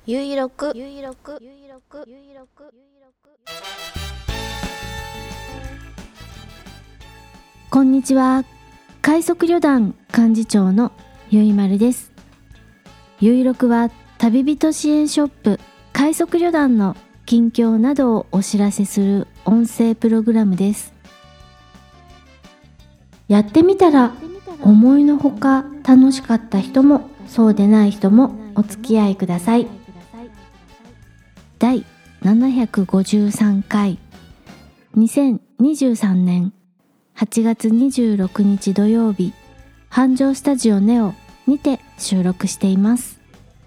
ゆいろくこんにちは。快速旅団幹事長のゆいまるです。ゆいろくは旅人支援ショップ快速旅団の近況などをお知らせする音声プログラムです。やってみたら思いのほか楽しかった人もそうでない人もお付き合いください。第753回2023年8月26日土曜日、繁盛スタジオネオにて収録しています。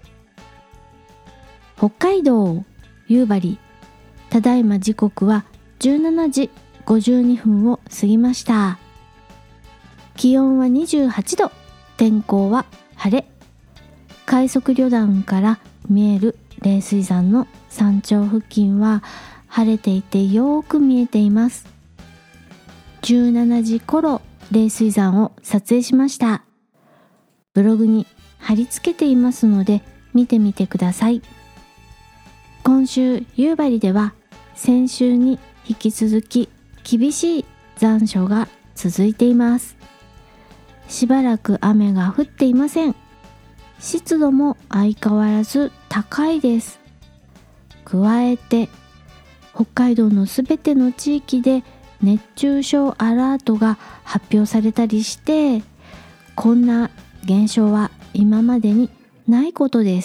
北海道夕張、ただいま時刻は17時52分を過ぎました。気温は28度、天候は晴れ。快速旅団から見える冷水山の山頂付近は晴れていてよーく見えています。17時頃冷水山を撮影しました。ブログに貼り付けていますので見てみてください。今週夕張では先週に引き続き厳しい残暑が続いています。しばらく雨が降っていません。湿度も相変わらず高いです。加えて北海道のすべての地域で熱中症アラートが発表されたりして、こんな現象は今までにないことです。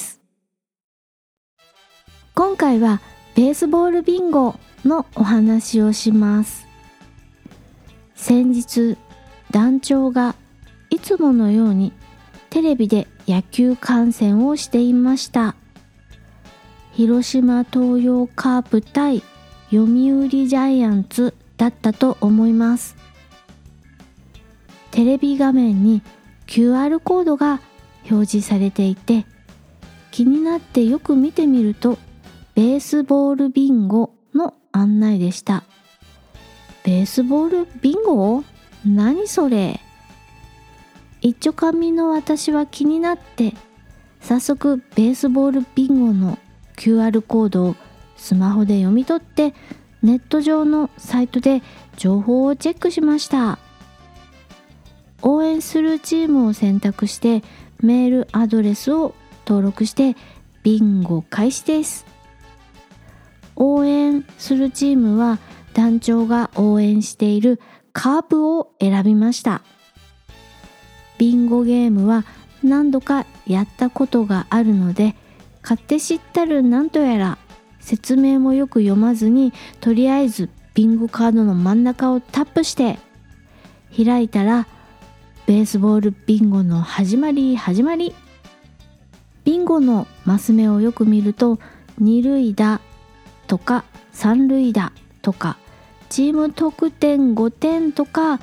今回はベースボールビンゴのお話をします。先日団長がいつものようにテレビで野球観戦をしていました。広島東洋カープ対読売ジャイアンツだったと思います。テレビ画面に QR コードが表示されていて、気になってよく見てみるとベースボールビンゴの案内でした。ベースボールビンゴ？何それ？一丁紙の私は気になって早速ベースボールビンゴの QR コードをスマホで読み取ってネット上のサイトで情報をチェックしました。応援するチームを選択してメールアドレスを登録してビンゴ開始です。応援するチームは団長が応援しているカープを選びました。ビンゴゲームは何度かやったことがあるので、勝手知ったるなんとやら説明もよく読まずに、とりあえずビンゴカードの真ん中をタップして開いたらベースボールビンゴの始まり。ビンゴのマス目をよく見ると、二塁打とか三塁打とかチーム得点5点とか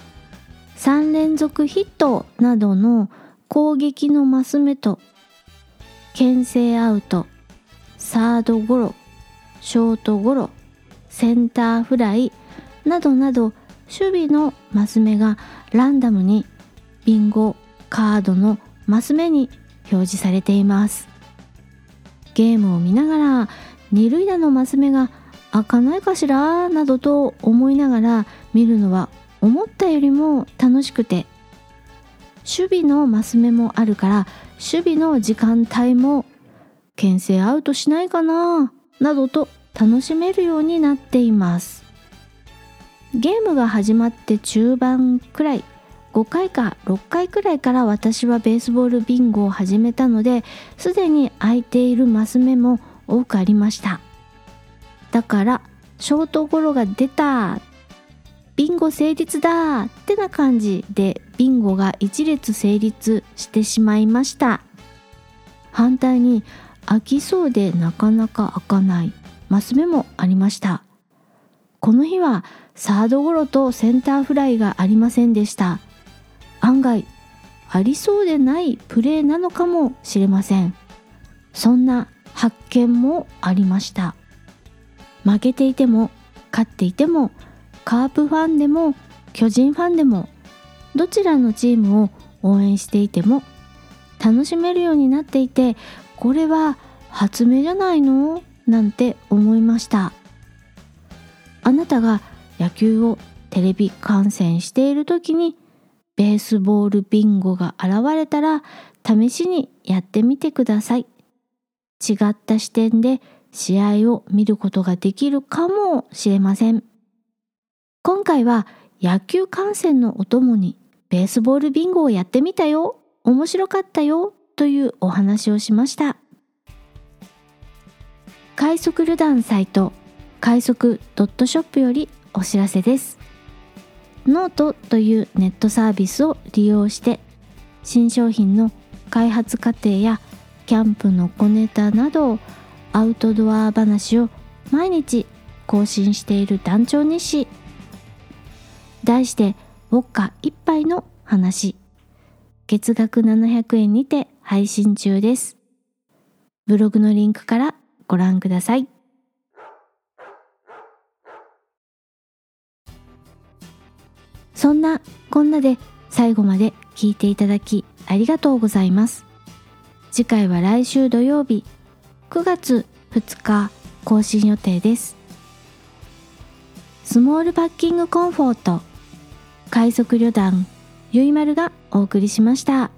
3連続ヒットなどの攻撃のマス目と、牽制アウト、サードゴロ、ショートゴロ、センターフライなどなど守備のマス目がランダムにビンゴカードのマス目に表示されています。ゲームを見ながら二塁打のマス目が開かないかしらなどと思いながら見るのは思ったよりも楽しくて、守備のマス目もあるから守備の時間帯も牽制アウトしないかななどと楽しめるようになっています。ゲームが始まって中盤くらい、5回か6回くらいから私はベースボールビンゴを始めたので、すでに空いているマス目も多くありました。だからショートゴロが出た、ビンゴ成立だってな感じでビンゴが一列成立してしまいました。反対に開きそうでなかなか開かないマス目もありました。この日はサードゴロとセンターフライがありませんでした。案外ありそうでないプレーなのかもしれません。そんな発見もありました。負けていても勝っていても、カープファンでも巨人ファンでも、どちらのチームを応援していても楽しめるようになっていて、これは発明じゃないのなんて思いました。あなたが野球をテレビ観戦している時にベースボールビンゴが現れたら試しにやってみてください。違った視点で試合を見ることができるかもしれません。今回は野球観戦のお供にベースボールビンゴをやってみたよ、面白かったよというお話をしました。快速旅団サイト快速.shopよりお知らせです。ノートというネットサービスを利用して新商品の開発過程やキャンプの小ネタなどアウトドア話を毎日更新している団長日誌、題してウォッカ一杯の話、月額700円にて配信中です。ブログのリンクからご覧ください。そんなこんなで最後まで聞いていただきありがとうございます。次回は来週土曜日9月2日更新予定です。スモールパッキングコンフォート快速旅団ゆいまるがお送りしました。